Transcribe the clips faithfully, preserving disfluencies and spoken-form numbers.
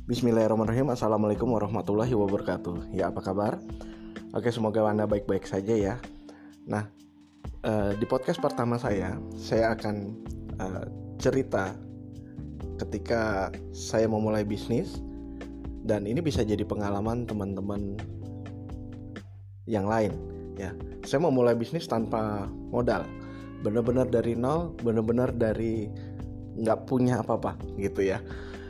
Bismillahirrahmanirrahim. Assalamualaikum warahmatullahi wabarakatuh. Ya, apa kabar? Oke, semoga Anda baik-baik saja ya. Nah, eh, di podcast pertama saya, saya akan eh, cerita ketika saya memulai bisnis. Dan ini bisa jadi pengalaman teman-teman yang lain ya. Saya memulai bisnis tanpa modal, benar-benar dari nol, benar-benar dari nggak punya apa-apa gitu ya.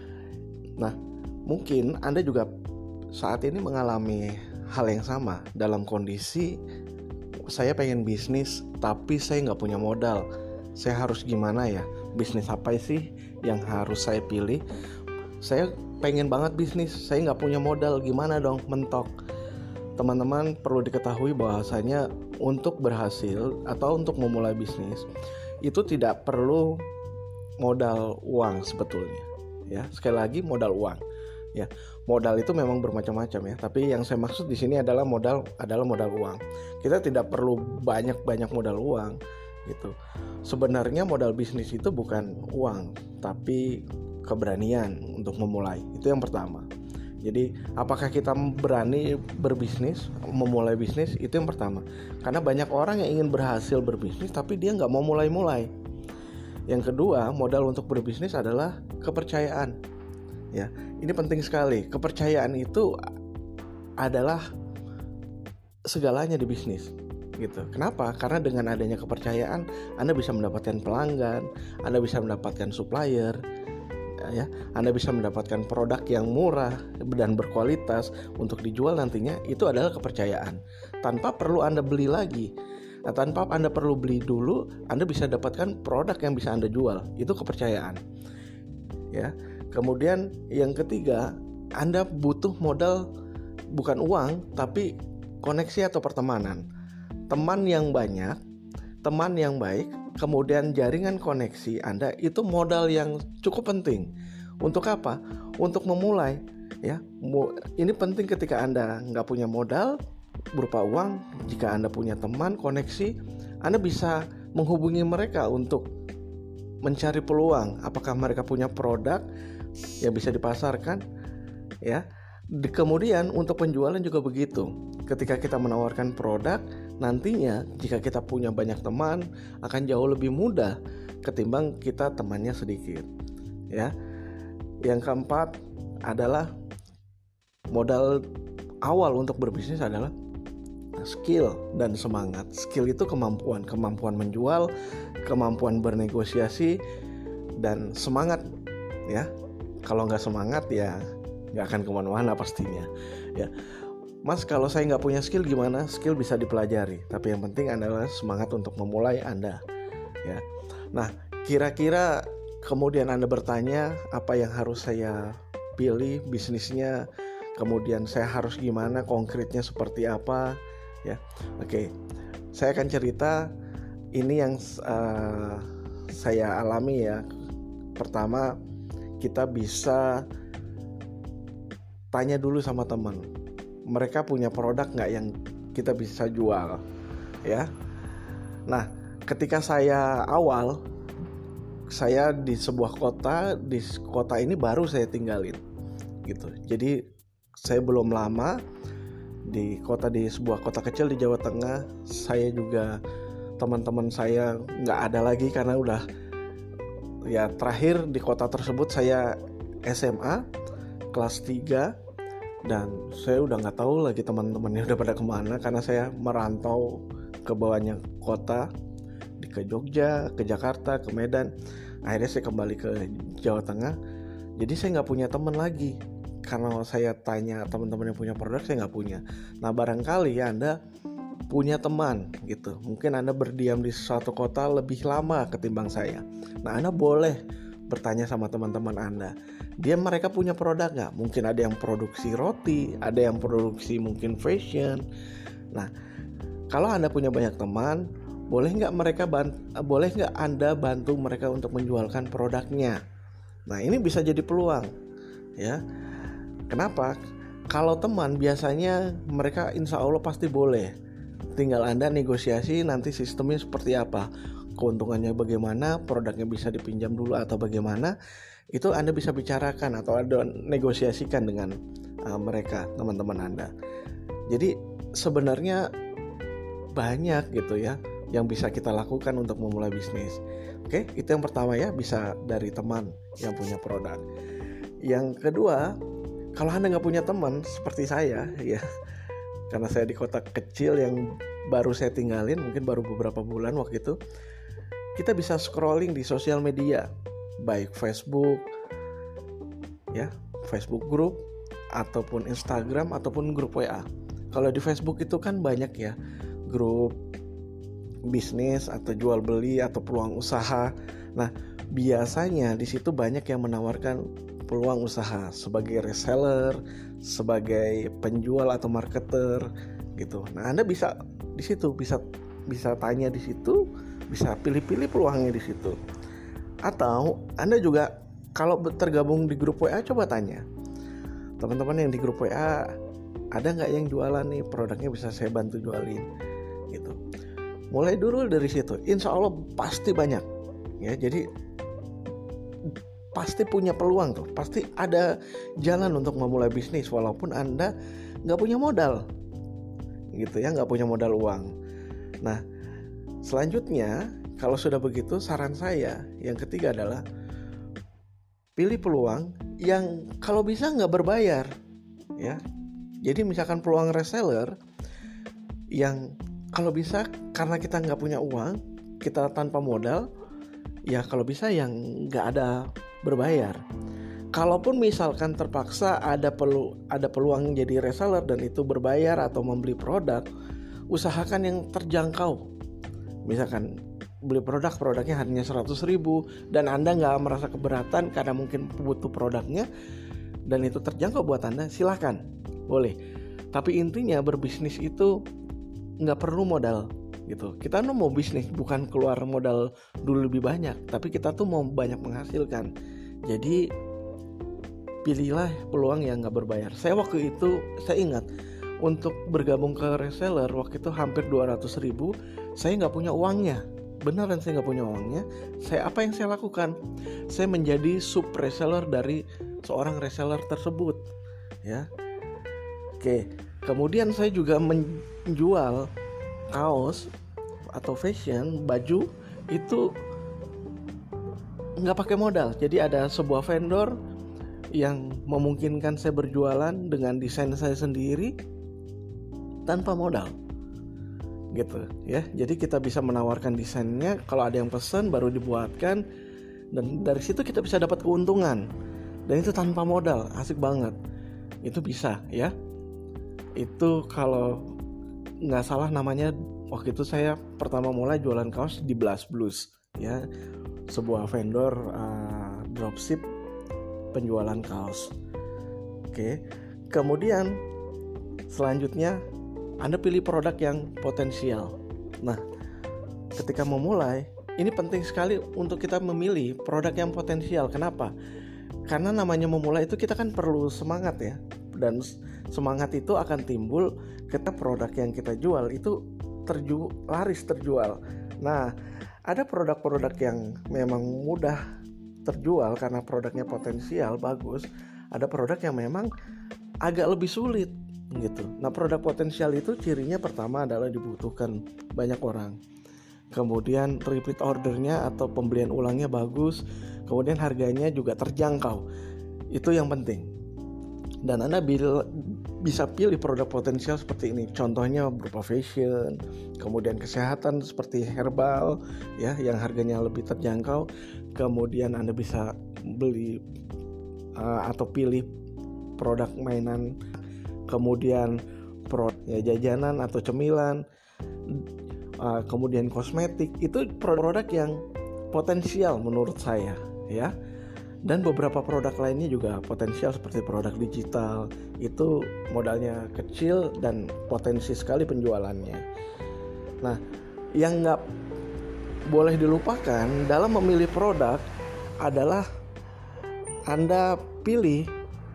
Nah, mungkin Anda juga saat ini mengalami hal yang sama dalam kondisi saya pengen bisnis tapi saya nggak punya modal. Saya harus gimana ya? Bisnis apa sih yang harus saya pilih? Saya pengen banget bisnis, saya nggak punya modal, gimana dong? Mentok. Teman-teman perlu diketahui bahwasanya untuk berhasil atau untuk memulai bisnis itu tidak perlu modal uang sebetulnya. Ya, sekali lagi modal uang. Ya, modal itu memang bermacam-macam ya, tapi yang saya maksud di sini adalah modal adalah modal uang. Kita tidak perlu banyak-banyak modal uang gitu. Sebenarnya modal bisnis itu bukan uang, tapi keberanian untuk memulai. Itu yang pertama. Jadi, apakah kita berani berbisnis, memulai bisnis, itu yang pertama. Karena banyak orang yang ingin berhasil berbisnis tapi dia nggak mau mulai-mulai. Yang kedua, modal untuk berbisnis adalah kepercayaan. Ya, ini penting sekali. Kepercayaan itu adalah segalanya di bisnis, gitu. Kenapa? Karena dengan adanya kepercayaan, Anda bisa mendapatkan pelanggan, Anda bisa mendapatkan supplier, ya, Anda bisa mendapatkan produk yang murah dan berkualitas untuk dijual nantinya. Itu adalah kepercayaan. Tanpa perlu Anda beli lagi. Nah, tanpa Anda perlu beli dulu, Anda bisa dapatkan produk yang bisa Anda jual. Itu kepercayaan. Ya. Kemudian yang ketiga, Anda butuh modal bukan uang, tapi koneksi atau pertemanan. Teman yang banyak, teman yang baik, kemudian jaringan koneksi Anda itu modal yang cukup penting. Untuk apa? Untuk memulai. Ya, ini penting ketika Anda nggak punya modal berupa uang. Jika Anda punya teman, koneksi, Anda bisa menghubungi mereka untuk mencari peluang. Apakah mereka punya produk yang bisa dipasarkan, ya. Kemudian untuk penjualan juga begitu. Ketika kita menawarkan produk, nantinya jika kita punya banyak teman akan jauh lebih mudah ketimbang kita temannya sedikit, ya. Yang keempat adalah modal awal untuk berbisnis adalah skill dan semangat. Skill itu kemampuan, kemampuan menjual, kemampuan bernegosiasi, dan semangat, ya. Kalau nggak semangat ya nggak akan kemana-mana pastinya. Ya, Mas, kalau saya nggak punya skill gimana? Skill bisa dipelajari, tapi yang penting adalah semangat untuk memulai Anda. Ya, nah kira-kira kemudian Anda bertanya apa yang harus saya pilih bisnisnya, kemudian saya harus gimana, konkretnya seperti apa? Ya, oke, saya akan cerita ini yang uh, saya alami ya. Pertama, kita bisa tanya dulu sama teman, mereka punya produk nggak yang kita bisa jual, ya. Nah, ketika saya awal, saya di sebuah kota, di kota ini baru saya tinggalin, gitu. Jadi saya belum lama di kota, di sebuah kota kecil di Jawa Tengah. Saya juga, teman-teman saya nggak ada lagi karena udah, ya, terakhir di kota tersebut saya S M A kelas tiga, dan saya udah gak tahu lagi teman-temannya udah pada kemana karena saya merantau ke bawahnya kota, ke Jogja, ke Jakarta, ke Medan. Akhirnya saya kembali ke Jawa Tengah. Jadi saya gak punya teman lagi. Karena saya tanya teman-teman yang punya produk, saya gak punya. Nah, barangkali ya Anda punya teman gitu. Mungkin Anda berdiam di suatu kota lebih lama ketimbang saya. Nah, Anda boleh bertanya sama teman-teman Anda. Dia mereka punya produk nggak? Mungkin ada yang produksi roti, ada yang produksi mungkin fashion. Nah, kalau Anda punya banyak teman, boleh nggak mereka bant- boleh nggak Anda bantu mereka untuk menjualkan produknya? Nah, ini bisa jadi peluang, ya. Kenapa? Kalau teman biasanya mereka insya Allah pasti boleh. Tinggal Anda negosiasi nanti sistemnya seperti apa. keuntungannya bagaimana, produknya bisa dipinjam dulu atau bagaimana, itu Anda bisa bicarakan atau ada negosiasikan dengan uh, mereka, teman-teman Anda. Jadi sebenarnya banyak gitu ya yang bisa kita lakukan untuk memulai bisnis. Oke, itu yang pertama ya, bisa dari teman yang punya produk. Yang kedua, kalau Anda nggak punya teman seperti saya ya, karena saya di kota kecil yang baru saya tinggalin, mungkin baru beberapa bulan waktu itu, kita bisa scrolling di sosial media, baik Facebook ya, Facebook group ataupun Instagram ataupun grup W A. Kalau di Facebook itu kan banyak ya grup bisnis atau jual beli atau peluang usaha. Nah, biasanya di situ banyak yang menawarkan peluang usaha sebagai reseller, sebagai penjual atau marketer gitu. Nah, Anda bisa di situ bisa bisa tanya di situ, bisa pilih-pilih peluangnya di situ. Atau Anda juga kalau tergabung di grup W A, coba tanya teman-teman yang di grup W A, ada nggak yang jualan nih, produknya bisa saya bantu jualin gitu. Mulai dulu dari situ, insya Allah pasti banyak ya. Jadi pasti punya peluang tuh, pasti ada jalan untuk memulai bisnis walaupun Anda nggak punya modal gitu ya, nggak punya modal uang. Nah, selanjutnya kalau sudah begitu, saran saya yang ketiga adalah pilih peluang yang kalau bisa nggak berbayar ya. Jadi misalkan peluang reseller yang kalau bisa karena kita nggak punya uang, kita tanpa modal, ya kalau bisa yang nggak ada berbayar. Kalaupun misalkan terpaksa ada perlu ada peluang jadi reseller dan itu berbayar atau membeli produk, usahakan yang terjangkau. Misalkan beli produk, produknya hanya seratus ribu dan Anda nggak merasa keberatan karena mungkin butuh produknya dan itu terjangkau buat Anda, silakan, boleh. Tapi intinya berbisnis itu nggak perlu modal gitu. Kita tuh mau bisnis bukan keluar modal dulu lebih banyak, tapi kita tuh mau banyak menghasilkan. Jadi pilihlah peluang yang nggak berbayar. Saya waktu itu saya ingat untuk bergabung ke reseller waktu itu hampir dua ratus ribu, saya nggak punya uangnya. Beneran saya nggak punya uangnya. Saya apa yang saya lakukan? Saya menjadi sub reseller dari seorang reseller tersebut, ya. Oke. Kemudian saya juga menjual kaos atau fashion, baju itu nggak pakai modal. Jadi ada sebuah vendor yang memungkinkan saya berjualan dengan desain saya sendiri tanpa modal. Gitu ya. Jadi kita bisa menawarkan desainnya, kalau ada yang pesan baru dibuatkan, dan dari situ kita bisa dapat keuntungan. Dan itu tanpa modal, asik banget. Itu bisa ya. Itu kalau nggak salah namanya waktu itu saya pertama mulai jualan kaos di Blast Blues ya, sebuah vendor uh, dropship penjualan kaos. Oke, kemudian selanjutnya Anda pilih produk yang potensial. Nah, ketika memulai, ini penting sekali untuk kita memilih produk yang potensial. Kenapa? Karena namanya memulai itu kita kan perlu semangat ya. Dan semangat itu akan timbul ketika produk yang kita jual itu terju- laris terjual. Nah, ada produk-produk yang memang mudah terjual karena produknya potensial, bagus. Ada produk yang memang agak lebih sulit gitu. Nah, produk potensial itu cirinya pertama adalah dibutuhkan banyak orang. Kemudian repeat ordernya atau pembelian ulangnya bagus. Kemudian harganya juga terjangkau. Itu yang penting. Dan Anda bil- bisa pilih produk potensial seperti ini. Contohnya berupa fashion, kemudian kesehatan seperti herbal ya, yang harganya lebih terjangkau. Kemudian Anda bisa beli uh, atau pilih produk mainan, kemudian produk ya, jajanan atau cemilan, uh, kemudian kosmetik. Itu produk yang potensial menurut saya ya. Dan beberapa produk lainnya juga potensial seperti produk digital, itu modalnya kecil dan potensi sekali penjualannya. Nah, yang nggak boleh dilupakan dalam memilih produk adalah Anda pilih,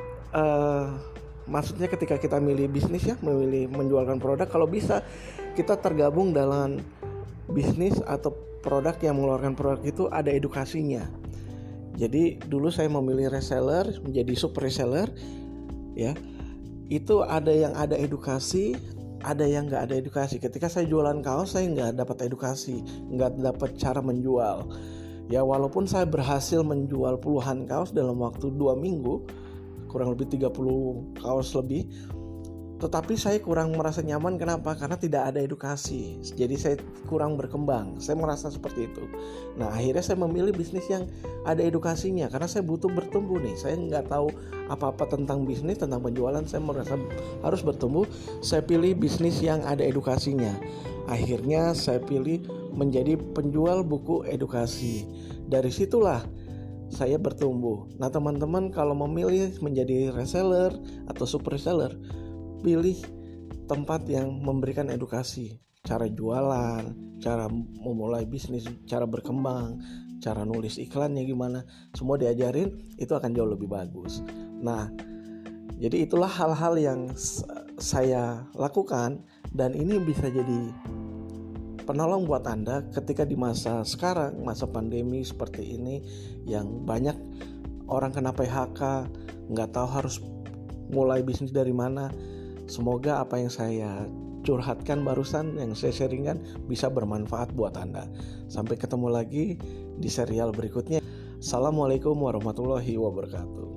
uh, maksudnya ketika kita milih bisnis ya, memilih menjualkan produk, kalau bisa kita tergabung dalam bisnis atau produk yang mengeluarkan produk itu ada edukasinya. Jadi dulu saya memilih reseller menjadi super reseller, ya. Itu ada yang ada edukasi, ada yang nggak ada edukasi. Ketika saya jualan kaos, saya nggak dapat edukasi, nggak dapat cara menjual. Ya walaupun saya berhasil menjual puluhan kaos dalam waktu dua minggu, kurang lebih tiga puluh kaos lebih, tetapi saya kurang merasa nyaman. Kenapa? Karena tidak ada edukasi. Jadi saya kurang berkembang. Saya merasa seperti itu. Nah akhirnya saya memilih bisnis yang ada edukasinya, karena saya butuh bertumbuh nih. Saya nggak tahu apa-apa tentang bisnis, tentang penjualan. Saya merasa harus bertumbuh. Saya pilih bisnis yang ada edukasinya. Akhirnya saya pilih menjadi penjual buku edukasi. Dari situlah saya bertumbuh. Nah teman-teman kalau memilih menjadi reseller atau super reseller, pilih tempat yang memberikan edukasi, cara jualan, cara memulai bisnis, cara berkembang, cara nulis iklannya gimana, semua diajarin, itu akan jauh lebih bagus. Nah, jadi itulah hal-hal yang saya lakukan, dan ini bisa jadi penolong buat Anda ketika di masa sekarang, masa pandemi seperti ini, yang banyak orang kena P H K, nggak tahu harus mulai bisnis dari mana. Semoga apa yang saya curhatkan barusan, yang saya sharingkan, bisa bermanfaat buat Anda. Sampai ketemu lagi di serial berikutnya. Assalamualaikum warahmatullahi wabarakatuh.